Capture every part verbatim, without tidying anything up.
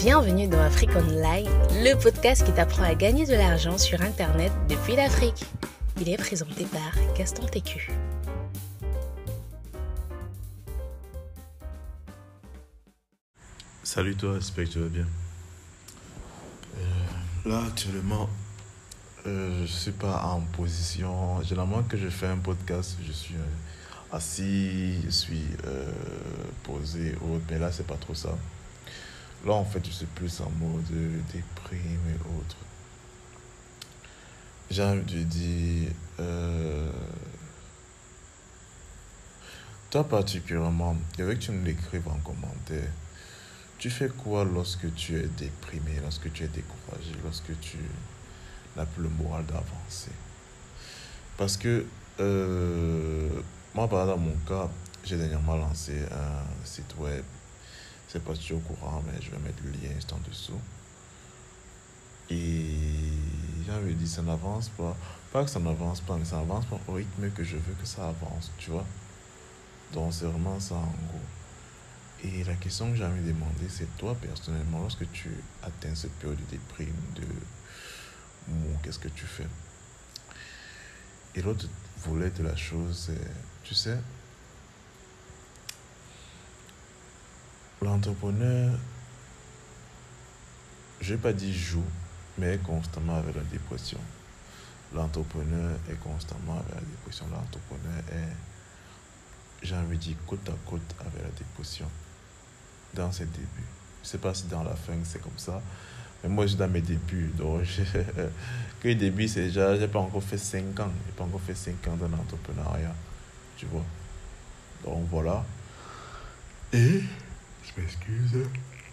Bienvenue dans Afrique Online, le podcast qui t'apprend à gagner de l'argent sur Internet depuis l'Afrique. Il est présenté par Gaston Técu. Salut toi, j'espère que tu vas bien. Euh, là, actuellement, euh, je ne suis pas en position. Généralement, que je fais un podcast, je suis euh, assis, je suis euh, posé, autre, mais là, c'est pas trop ça. Là, en fait, je suis plus en mode déprime et autres. J'ai envie de dire, euh, toi particulièrement, je veux que tu me l'écrives en commentaire. Tu fais quoi lorsque tu es déprimé, lorsque tu es découragé, lorsque tu n'as plus le moral d'avancer? Parce que, euh, moi, par exemple, dans mon cas, j'ai dernièrement lancé un site web. Je ne sais pas si tu es au courant, mais je vais mettre le lien juste en dessous. Et j'ai envie de dire, ça n'avance pas. Pas que ça n'avance pas, mais ça n'avance pas au rythme que je veux que ça avance, tu vois. Donc, c'est vraiment ça, en gros. Et la question que j'ai envie de demander, c'est toi, personnellement, lorsque tu atteins cette période de déprime, de mou, qu'est-ce que tu fais? Et l'autre volet de la chose, c'est, tu sais, l'entrepreneur, je ne vais pas dire joue, mais est constamment avec la dépression. L'entrepreneur est constamment avec la dépression. L'entrepreneur est, j'ai envie de dire, côte à côte avec la dépression. Dans ses débuts. Je ne sais pas si dans la fin c'est comme ça. Mais moi, je suis dans mes débuts. Donc, je... que les débuts, c'est déjà, je n'ai pas encore fait cinq ans. Je n'ai pas encore fait cinq ans dans l'entrepreneuriat. Tu vois. Donc, voilà. Et, je m'excuse.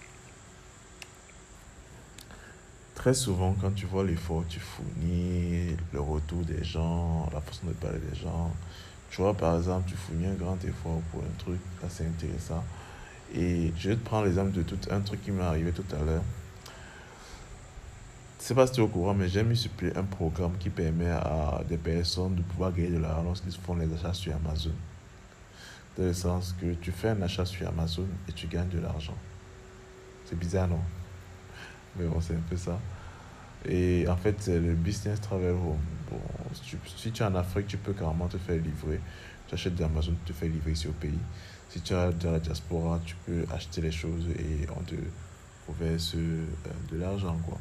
Très souvent, quand tu vois l'effort que tu fournis, le retour des gens, la façon de parler des gens, tu vois, par exemple, tu fournis un grand effort pour un truc assez intéressant. Et je vais te prendre l'exemple de tout un truc qui m'est arrivé tout à l'heure. Je ne sais pas si tu es au courant, mais j'ai mis sur pied un programme qui permet à des personnes de pouvoir gagner de l'argent lorsqu'ils font les achats sur Amazon. Dans le sens que tu fais un achat sur Amazon et tu gagnes de l'argent. C'est bizarre, non? Mais bon, c'est un peu ça. Et en fait, c'est le Business Travel Home. Bon, si, tu, si tu es en Afrique, tu peux carrément te faire livrer. Tu achètes d'Amazon, tu te fais livrer ici au pays. Si tu as de la diaspora, tu peux acheter les choses et on te reverse euh, de l'argent, quoi.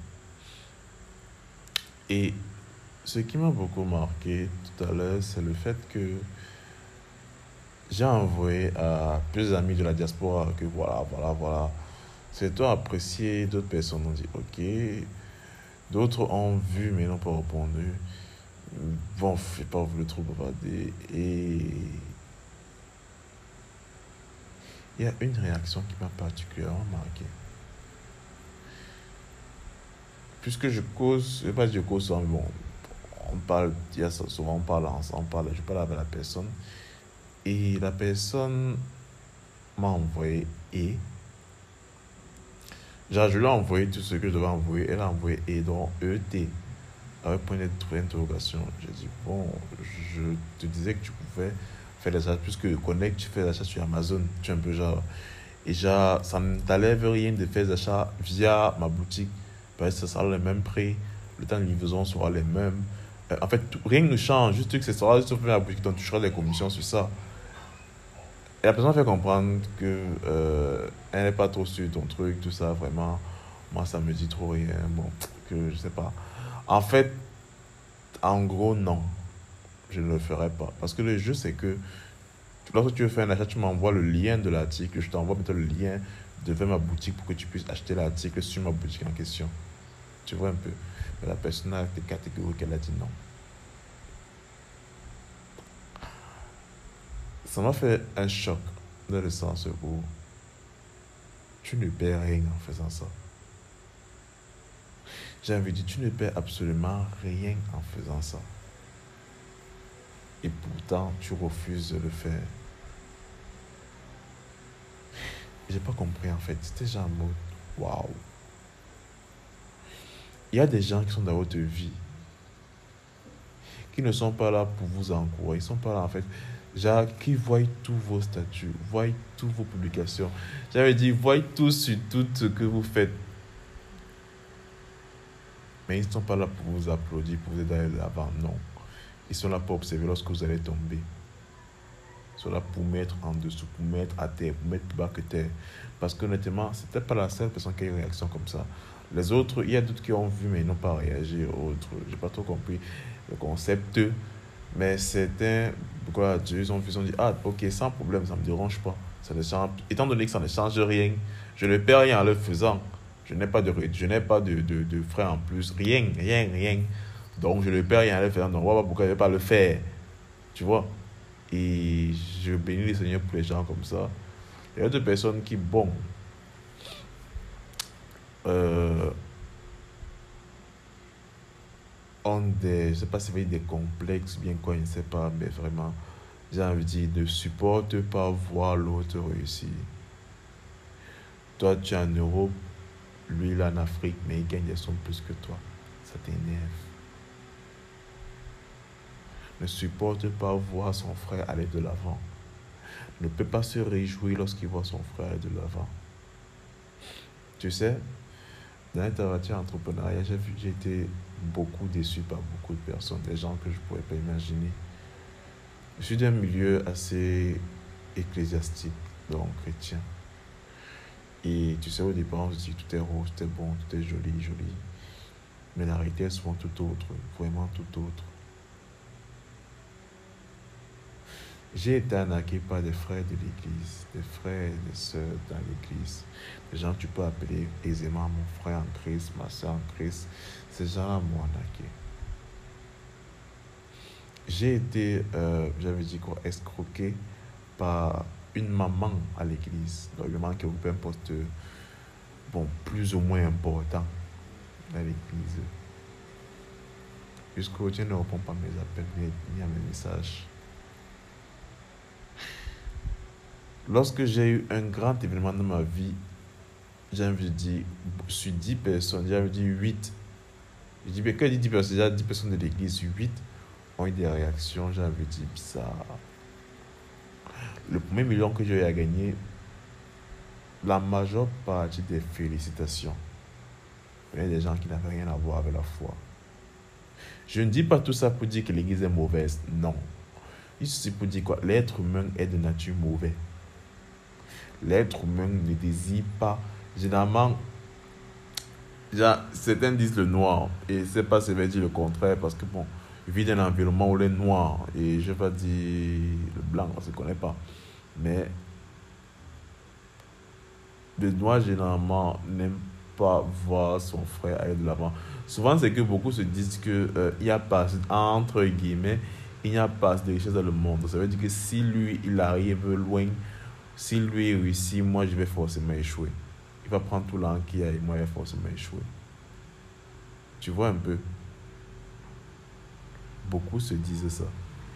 Et ce qui m'a beaucoup marqué tout à l'heure, c'est le fait que j'ai envoyé à plusieurs amis de la diaspora que voilà, voilà, voilà. C'est toi apprécié, d'autres personnes ont dit ok, d'autres ont vu mais n'ont pas répondu. Bon, je n'ai pas voulu trop bavarder. Et il y a une réaction qui m'a particulièrement marqué. Puisque je cause, je ne vais pas dire je cause, mais bon, on parle, il y a souvent on parle ensemble, on parle, je parle avec la personne. Et la personne m'a envoyé et. Genre, je lui ai envoyé tout ce que je devais envoyer. Elle a envoyé et donc E T. Avec point d'interrogation. J'ai dit, bon, je te disais que tu pouvais faire des achats, puisque Connect, tu fais des achats sur Amazon. Tu es un peu genre. Et genre, ça ne t'enlève rien de faire des achats via ma boutique. Parce que ça sera le même prix. Le temps de livraison sera les mêmes. Euh, en fait, tout, rien ne change. Juste que ce sera juste la boutique, donc tu toucheras des commissions sur ça. Et la personne fait comprendre que euh, elle n'est pas trop sûre de ton truc, tout ça, vraiment. Moi, ça me dit trop rien. Bon, que je sais pas. En fait, en gros, non. Je ne le ferai pas. Parce que le jeu, c'est que lorsque tu veux faire un achat, tu m'envoies le lien de l'article. Je t'envoie peut-être le lien de vers ma boutique pour que tu puisses acheter l'article sur ma boutique en question. Tu vois un peu. Mais la personne a été catégorique, elle a dit non. Ça m'a fait un choc dans le sens où tu ne perds rien en faisant ça. J'ai envie de dire, tu ne perds absolument rien en faisant ça. Et pourtant, tu refuses de le faire. J'ai pas compris en fait. C'était genre en mode, waouh. Il y a des gens qui sont dans votre vie, qui ne sont pas là pour vous encourager. Ils sont pas là en fait. Genre, qui voient tous vos statuts, voient toutes vos publications. J'avais dit, voient tout sur tout ce que vous faites. Mais ils ne sont pas là pour vous applaudir, pour vous aider à aller de l'avant. Non. Ils sont là pour observer lorsque vous allez tomber. Ils sont là pour mettre en dessous, pour mettre à terre, pour mettre plus bas que terre. Parce qu'honnêtement, ce n'était pas la seule personne qui a eu une réaction comme ça. Les autres, il y a d'autres qui ont vu, mais ils n'ont pas réagi. Autres, je n'ai pas trop compris le concept. Mais certains, quoi, ils ont vu, ils ont dit, ah, ok, sans problème, ça ne me dérange pas. Ça ne change, étant donné que ça ne change rien, je ne perds rien en le faisant. Je n'ai pas de, je n'ai pas de, de, de frais en plus. Rien, rien, rien. Donc, je ne perds rien en le faisant. Donc, on ne voit pas pourquoi je ne vais pas le faire. Tu vois? Et je bénis le Seigneur pour les gens comme ça. Il y a d'autres personnes qui, bon, euh, ont des, je ne sais pas si c'est des complexes, bien quoi, je ne sais pas, mais vraiment, j'ai envie de dire, ne supporte pas voir l'autre réussir. Toi, tu es en Europe, lui, il est en Afrique, mais il gagne des sommes plus que toi. Ça t'énerve. Ne supporte pas voir son frère aller de l'avant. Ne peut pas se réjouir lorsqu'il voit son frère aller de l'avant. Tu sais, dans l'intervention entrepreneuriale, j'ai vu, j'ai été beaucoup déçu par beaucoup de personnes, des gens que je ne pourrais pas imaginer. Je suis d'un milieu assez ecclésiastique, donc chrétien. Et tu sais, au départ, on se dit que tout est rose, tout est bon, tout est joli, joli. Mais la réalité est souvent tout autre, vraiment tout autre. J'ai été arnaqué par des frères de l'église, des frères et des sœurs dans l'église. Des gens que tu peux appeler aisément mon frère en Christ, ma sœur en Christ. Ces gens-là m'ont arnaqué. J'ai été, euh, j'avais dit quoi, escroqué par une maman à l'église. Donc, une maman qui occupait un poste, bon, plus ou moins important dans l'église. Jusqu'au Dieu ne répond pas à mes appels ni à mes messages. Lorsque j'ai eu un grand événement dans ma vie, j'ai envie de dire, sur dix personnes, j'ai envie de dire huit. Je dis, mais quand je dis dix personnes, déjà dix personnes de l'église, huit ont eu des réactions, j'ai envie de dire, bizarre. Le premier million que j'ai eu à gagner, la majeure partie des félicitations. Il y a des gens qui n'avaient rien à voir avec la foi. Je ne dis pas tout ça pour dire que l'église est mauvaise, non. Ici pour dire quoi? L'être humain est de nature mauvaise. L'être humain ne désire pas, généralement, déjà, certains disent le noir, et c'est pas ça veut dire le contraire, parce que bon, je vis dans un environnement où les noirs, et je vais pas dire le blanc, on ne se connaît pas, mais le noir, généralement, n'aime pas voir son frère aller de l'avant. Souvent, c'est que beaucoup se disent qu'il euh, n'y a pas, entre guillemets, il n'y a pas de richesse dans le monde. Ça veut dire que si lui, il arrive loin, si lui réussit, moi, je vais forcément échouer. Il va prendre tout l'argent qu'il y a et moi, je vais forcément échouer. Tu vois un peu? Beaucoup se disent ça.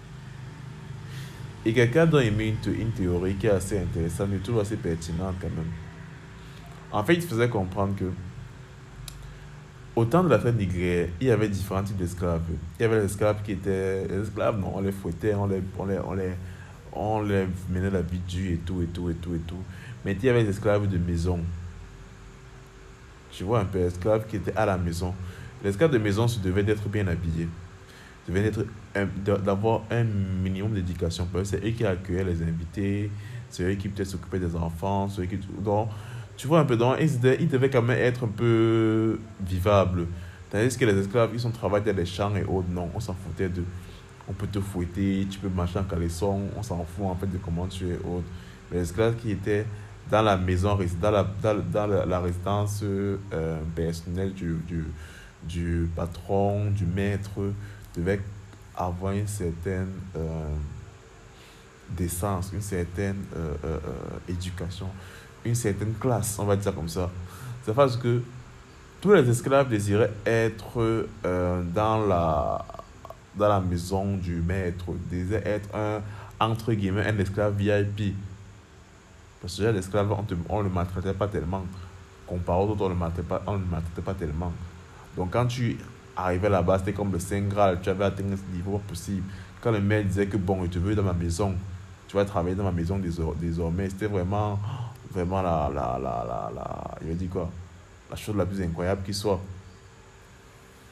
Et quelqu'un a émis une, une théorie qui est assez intéressante, mais toujours assez pertinente quand même. En fait, il faisait comprendre que au temps de la fête négrière, il y avait différents types d'esclaves. Il y avait les esclaves qui étaient... Les esclaves, non, on les fouettait, on les, on les, on les, on les menait la vie dure et tout, et tout, et tout, et tout. Mais il y avait les esclaves de maison. Tu vois un peu, les esclaves qui étaient à la maison. Les esclaves de maison se devaient d'être bien habillés. Devaient être, d'avoir un minimum d'éducation. C'est eux qui accueillaient les invités. C'est eux qui peut-être s'occupaient des enfants. C'est eux qui... Donc, tu vois un peu, donc, ils, devaient, ils devaient quand même être un peu vivables. Tandis que les esclaves, ils sont travaillés dans les champs et autres, non, on s'en foutait d'eux. On peut te fouetter, tu peux marcher en caleçon, on s'en fout en fait de comment tu es autre. Les esclaves qui étaient dans la maison, dans la, dans, dans la, la résidence euh, personnelle du, du, du patron, du maître, devaient avoir une certaine euh, décence, une certaine euh, euh, euh, éducation, une certaine classe, on va dire ça comme ça. C'est parce que tous les esclaves désiraient être euh, dans, la, dans la maison du maître, désiraient être un, entre guillemets, un esclave V I P. Parce que l'esclave, on ne le maltraitait pas tellement. Comparé aux autres, on ne le maltraitait pas, on ne le maltraitait pas tellement. Donc quand tu arrivais là-bas, c'était comme le Saint Graal, tu avais atteint ce niveau possible. Quand le maître disait que bon, je te veux dans ma maison, tu vas travailler dans ma maison désormais, c'était vraiment... Vraiment la, la, la, la, la, il veut dire quoi? La chose la plus incroyable qui soit.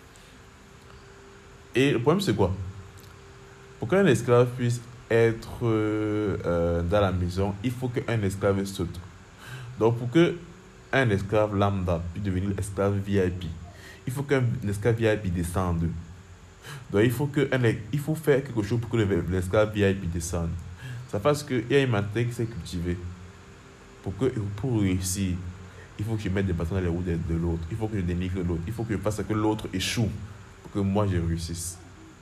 Et le problème, c'est quoi? Pour qu'un esclave puisse être euh, euh, dans la maison, il faut qu'un esclave saute. Donc, pour qu'un esclave lambda puisse devenir esclave V I P, il faut qu'un esclave V I P descende. Donc, il faut, que un, il faut faire quelque chose pour que l'esclave V I P descende. Ça fait qu'il y a une matière qui s'est cultivée. Pour, que, pour réussir, il faut que je mette des bâtons dans les roues de, de l'autre. Il faut que je dénigre l'autre. Il faut que je fasse que l'autre échoue pour que moi, je réussisse.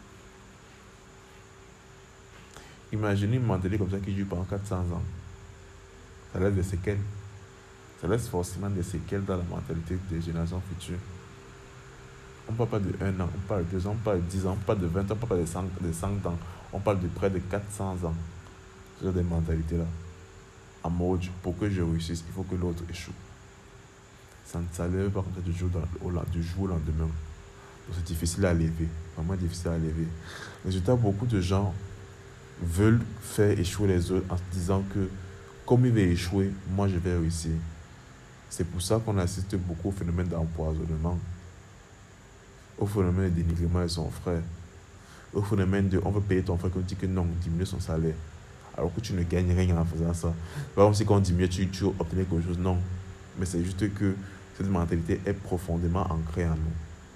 Imaginez une mentalité comme ça qui dure pendant quatre cents ans. Ça laisse des séquelles. Ça laisse forcément des séquelles dans la mentalité des générations futures. On ne parle pas de un an, on parle de deux ans, on parle de dix ans, on parle de vingt ans, on parle de cent, de cent ans. On parle de près de quatre cents ans. Ce genre de mentalité-là. En mode, pour que je réussisse, il faut que l'autre échoue. Ça ne s'élève pas comme ça du jour, dans, au, du jour au lendemain. Donc c'est difficile à lever. Vraiment difficile à lever. Résultat, beaucoup de gens veulent faire échouer les autres en se disant que comme il va échouer, moi je vais réussir. C'est pour ça qu'on assiste beaucoup au phénomène d'empoisonnement, au phénomène de dénigrement de son frère, au phénomène de on veut payer ton frère qu'on dit que non, diminue son salaire, alors que tu ne gagnes rien en faisant ça. Par exemple, si quand on diminue, tu, tu obtiens quelque chose, non. Mais c'est juste que cette mentalité est profondément ancrée en nous.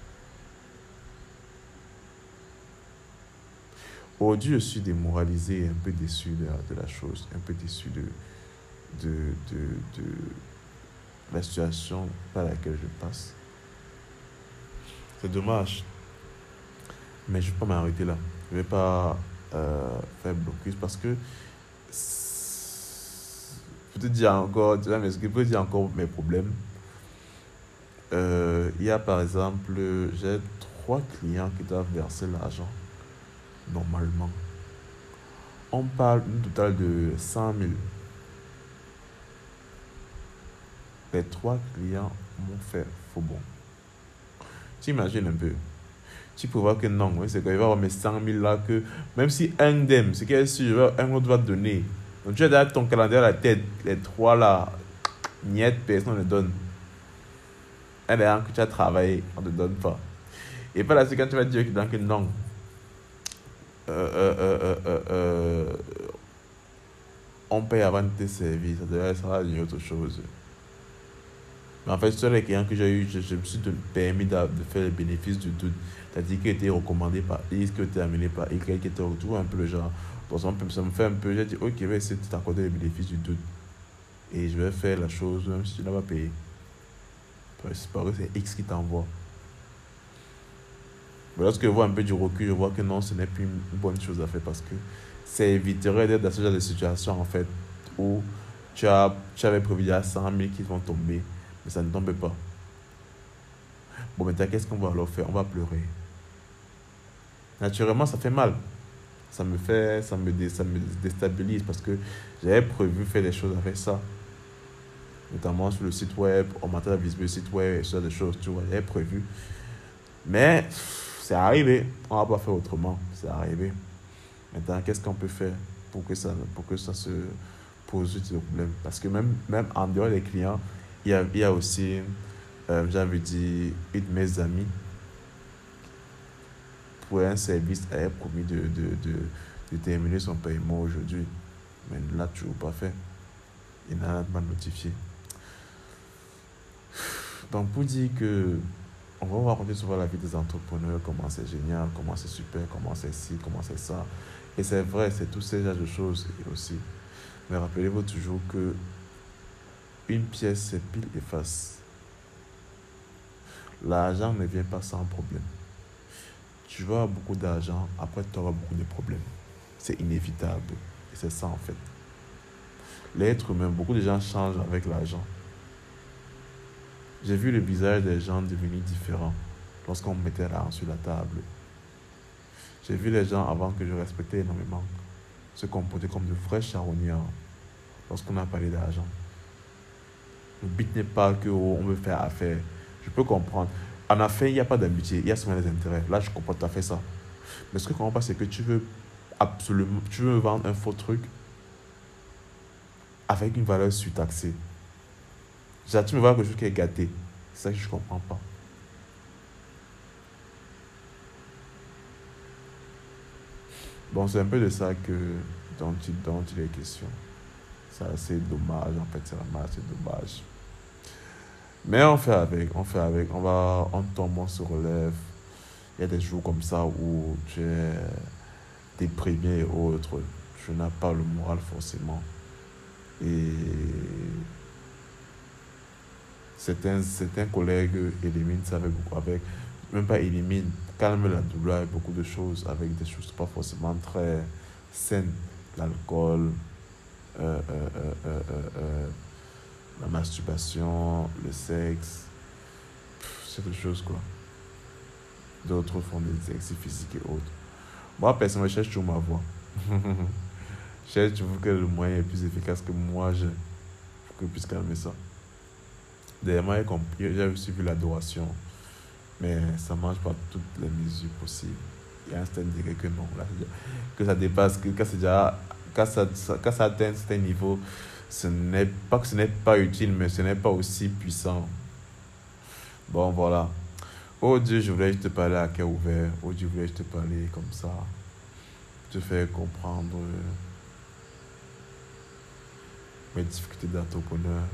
Aujourd'hui, je suis démoralisé et un peu déçu de la, de la chose, un peu déçu de, de, de, de la situation par laquelle je passe. C'est dommage. Mais je ne vais pas m'arrêter là. Je ne vais pas euh, faire blocus parce que je peux te dire encore, tu vois, mais je peux te dire encore mes problèmes. Euh, il y a par exemple, j'ai trois clients qui doivent verser l'argent. Normalement, on parle d'un total de cent mille. Les trois clients m'ont fait faux bon. Tu imagines un peu. Tu peux voir que non, c'est qu'il va y avoir mes cent mille là, que même si un d'eux, c'est qu'il sûr, un autre va te donner. Donc tu as derrière ton calendrier à la tête, les trois là, niet, personne ne donne. Un des que tu as travaillé, on ne te donne pas. Et par la suite, quand tu vas dire que non, Euh, euh, euh, euh, euh, on paye avant de te servir, ça devrait être une autre chose. Mais en fait, sur les clients que j'ai eu, je, je me suis permis de, de faire le bénéfice du doute. C'est-à-dire qu'il était recommandé par X, qu'il était amené par Y, qui était autour un peu le genre. Donc ça me fait un peu, j'ai dit, ok, je vais essayer de t'accorder le bénéfice du doute. Et je vais faire la chose, même si tu n'as pas payé. C'est pas vrai, c'est X qui t'envoie. Mais lorsque je vois un peu du recul, je vois que non, ce n'est plus une bonne chose à faire parce que ça éviterait d'être dans ce genre de situation en fait où tu, as, tu avais prévu à cent mille qui vont tomber, mais ça ne tombe pas. Bon, maintenant, qu'est-ce qu'on va alors faire? On va pleurer. Naturellement, ça fait mal. Ça me fait, ça me, dé, ça me déstabilise parce que j'avais prévu faire des choses avec ça. Notamment sur le site web, on m'a visité le site web et ce genre de choses, tu vois, j'avais prévu. Mais c'est arrivé, on va pas faire autrement, c'est arrivé. Maintenant, qu'est-ce qu'on peut faire pour que ça, pour que ça se pose ce problème? Parce que même, même en dehors des clients, il y a, il y a aussi, euh, j'ai envie de dire, une de mes amies pour un service, elle a promis de, de, de, de terminer son paiement aujourd'hui. Mais ne l'a toujours pas fait. Il n'a pas notifié. Donc, pour dire que on va vous raconter souvent la vie des entrepreneurs, comment c'est génial, comment c'est super, comment c'est ci, comment c'est ça. Et c'est vrai, c'est tous ces genres de choses aussi. Mais rappelez-vous toujours que une pièce, c'est pile et face. L'argent ne vient pas sans problème. Tu vas avoir beaucoup d'argent, après tu auras beaucoup de problèmes. C'est inévitable. Et c'est ça en fait. L'être humain, beaucoup de gens changent avec l'argent. J'ai vu le visage des gens devenir différent lorsqu'on mettait l'argent sur la table. J'ai vu les gens avant que je respectais énormément se comporter comme de vrais charognards lorsqu'on a parlé d'argent. Le but n'est pas qu'on veut faire affaire. Je peux comprendre. En affaires, il n'y a pas d'amitié, il y a seulement des intérêts. Là, je comprends tout à fait ça. Mais ce que je comprends pas, c'est que tu veux absolument, tu veux vendre un faux truc avec une valeur surtaxée. Genre, tu me vois quelque chose qui est gâté. C'est ça que je ne comprends pas. Bon, c'est un peu de ça que, dont, il, dont il est question. C'est assez dommage, en fait, c'est vraiment assez dommage. Mais on fait avec, on fait avec, on va, on tombe, on se relève. Il y a des jours comme ça où tu es déprimé et autres. Tu n'as pas le moral forcément. Et certains, certains collègues éliminent ça avec beaucoup, avec, même pas éliminent, calment la douleur avec beaucoup de choses, avec des choses pas forcément très saines. L'alcool, euh, euh, euh, euh, euh, euh, la masturbation, le sexe, pff, c'est des choses quoi. D'autres font des exercices physiques et autres. Moi, personnellement, je cherche toujours ma voie. Je cherche toujours quel est le moyen le plus efficace que moi j'ai pour que je puisse calmer ça. D'ailleurs, j'ai suivi l'adoration, mais ça ne marche pas toutes les mesures possibles. Il y a un certain degré que non, là, que ça dépasse, que quand, déjà, quand, ça, quand ça atteint un certain niveau, ce n'est pas que ce n'est pas utile, mais ce n'est pas aussi puissant. Bon, voilà. Oh Dieu, je voulais te parler à cœur ouvert. Oh Dieu, je voulais te parler comme ça. Te faire comprendre mes difficultés d'entrepreneur.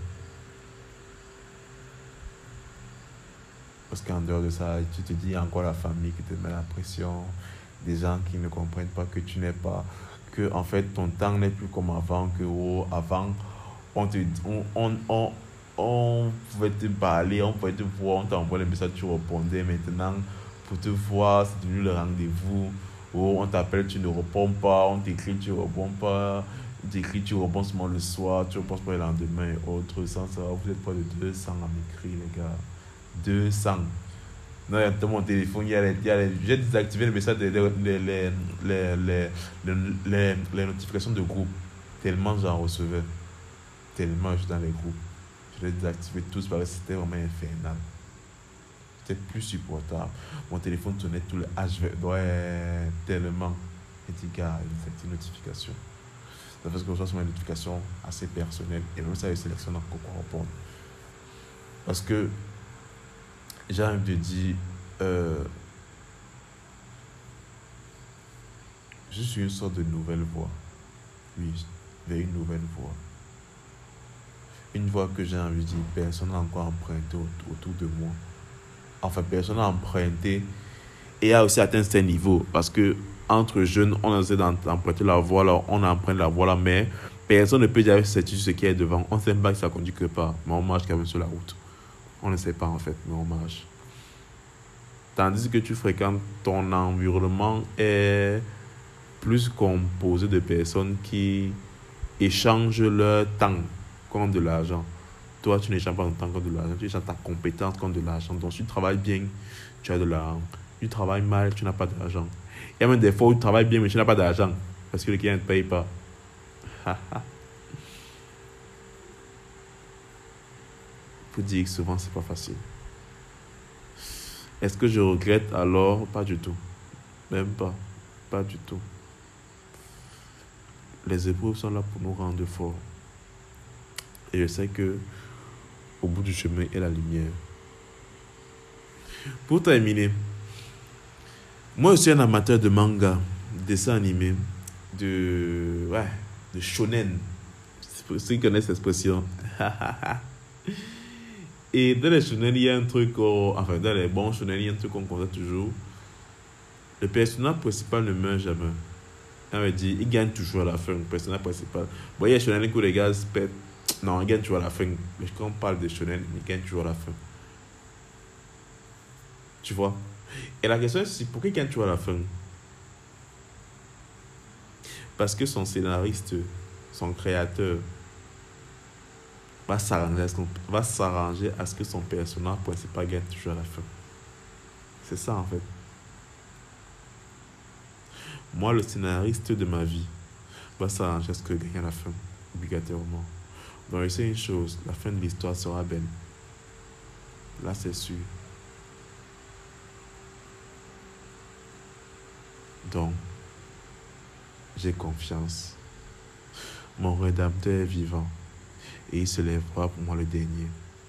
Parce qu'en dehors de ça, tu te dis encore la famille qui te met la pression, des gens qui ne comprennent pas que tu n'es pas, que en fait ton temps n'est plus comme avant, que oh, avant on, te, on, on, on, on pouvait te parler, on pouvait te voir, on t'envoie les messages, tu répondais. Maintenant, pour te voir, c'est devenu le rendez-vous. Oh, on t'appelle, tu ne réponds pas, on t'écrit, tu ne réponds pas, on t'écrit, tu réponds seulement le soir, tu réponds pas le lendemain et autres. Sans ça, vous êtes pas de deux cents à m'écrire, les gars. deux cents. Non, dans mon téléphone, il y a les, il y a les, j'ai désactivé le message, les, les, les, les, les, les, les, les notifications de groupe. Tellement j'en recevais. Tellement je suis dans les groupes. Je les désactivé tous parce que c'était vraiment infernal. C'était plus supportable. Mon téléphone sonnait tout le H vingt. Ouais, tellement. Et dit, gars, il une notification. Ça fait que je reçois sur une notification assez personnelle. Et même ça, je sélectionne encore quoi répondre. Parce que j'ai envie de dire, euh, je suis une sorte de nouvelle voie. Oui, vers une nouvelle voie. Une voie que j'ai envie de dire, personne n'a encore emprunté autour de moi. Enfin, personne n'a emprunté et a aussi atteint ce niveau. Parce que entre jeunes, on essaie d'emprunter la voie, là, on emprunte la voie là, mais personne ne peut dire ce qui est devant. On ne sait pas que ça conduit quelque part, mais on marche quand même sur la route. On ne sait pas en fait, mais on marche. Tandis que tu fréquentes, ton environnement est plus composé de personnes qui échangent leur temps contre de l'argent. Toi, tu n'échanges pas ton temps contre de l'argent, tu échanges ta compétence contre de l'argent. Donc, si tu travailles bien, tu as de l'argent. Si tu travailles mal, tu n'as pas d'argent. Il y a même des fois où tu travailles bien, mais tu n'as pas d'argent parce que le client ne te paye pas. Pour dire que souvent, c'est pas facile. Est-ce que je regrette alors? Pas du tout. Même pas. Pas du tout. Les épreuves sont là pour nous rendre forts. Et je sais que au bout du chemin est la lumière. Pour terminer, moi je suis un amateur de manga, de dessins animés, de, ouais, de shonen. Ceux qui connaissent cette expression. Et dans les shonen, il y a un truc, oh, enfin dans les bons shonen, il y a un truc qu'on constate toujours. Le personnage principal ne meurt jamais. On va dire, il gagne toujours à la fin, le personnage principal. Bon, il y a shonen où les gars se pètent. Non, il gagne toujours à la fin. Mais quand on parle de shonen, il gagne toujours à la fin. Tu vois? Et la question c'est pourquoi il gagne toujours à la fin? Parce que son scénariste, son créateur, va s'arranger à ce, va s'arranger à ce que son personnage principal gagne toujours à la fin. C'est ça en fait. Moi, le scénariste de ma vie va s'arranger à ce que je gagne à la fin, obligatoirement. Donc, je sais une chose, la fin de l'histoire sera belle. Là, c'est sûr. Donc, j'ai confiance. Mon rédempteur est vivant. Et il se lèvera pour moi le dernier.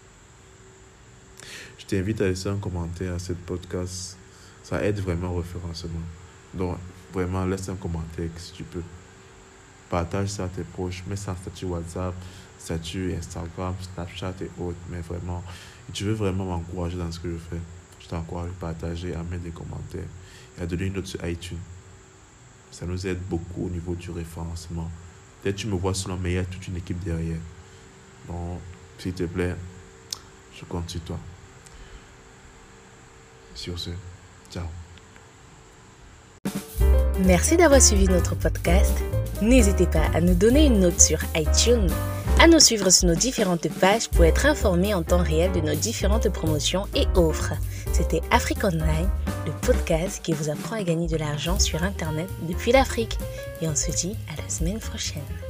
Je t'invite à laisser un commentaire à cette podcast. Ça aide vraiment au référencement. Donc, vraiment, laisse un commentaire si tu peux. Partage ça à tes proches, mets ça en statut WhatsApp, statut Instagram, Snapchat et autres. Mais vraiment, si tu veux vraiment m'encourager dans ce que je fais, je t'encourage à partager, à mettre des commentaires et à donner une note sur iTunes. Ça nous aide beaucoup au niveau du référencement. Peut-être tu me vois seulement, mais il y a toute une équipe derrière. Donc, s'il te plaît, je compte sur toi. Sur ce, ciao. Merci d'avoir suivi notre podcast. N'hésitez pas à nous donner une note sur iTunes, à nous suivre sur nos différentes pages pour être informé en temps réel de nos différentes promotions et offres. C'était Afrique Online, le podcast qui vous apprend à gagner de l'argent sur Internet depuis l'Afrique. Et on se dit à la semaine prochaine.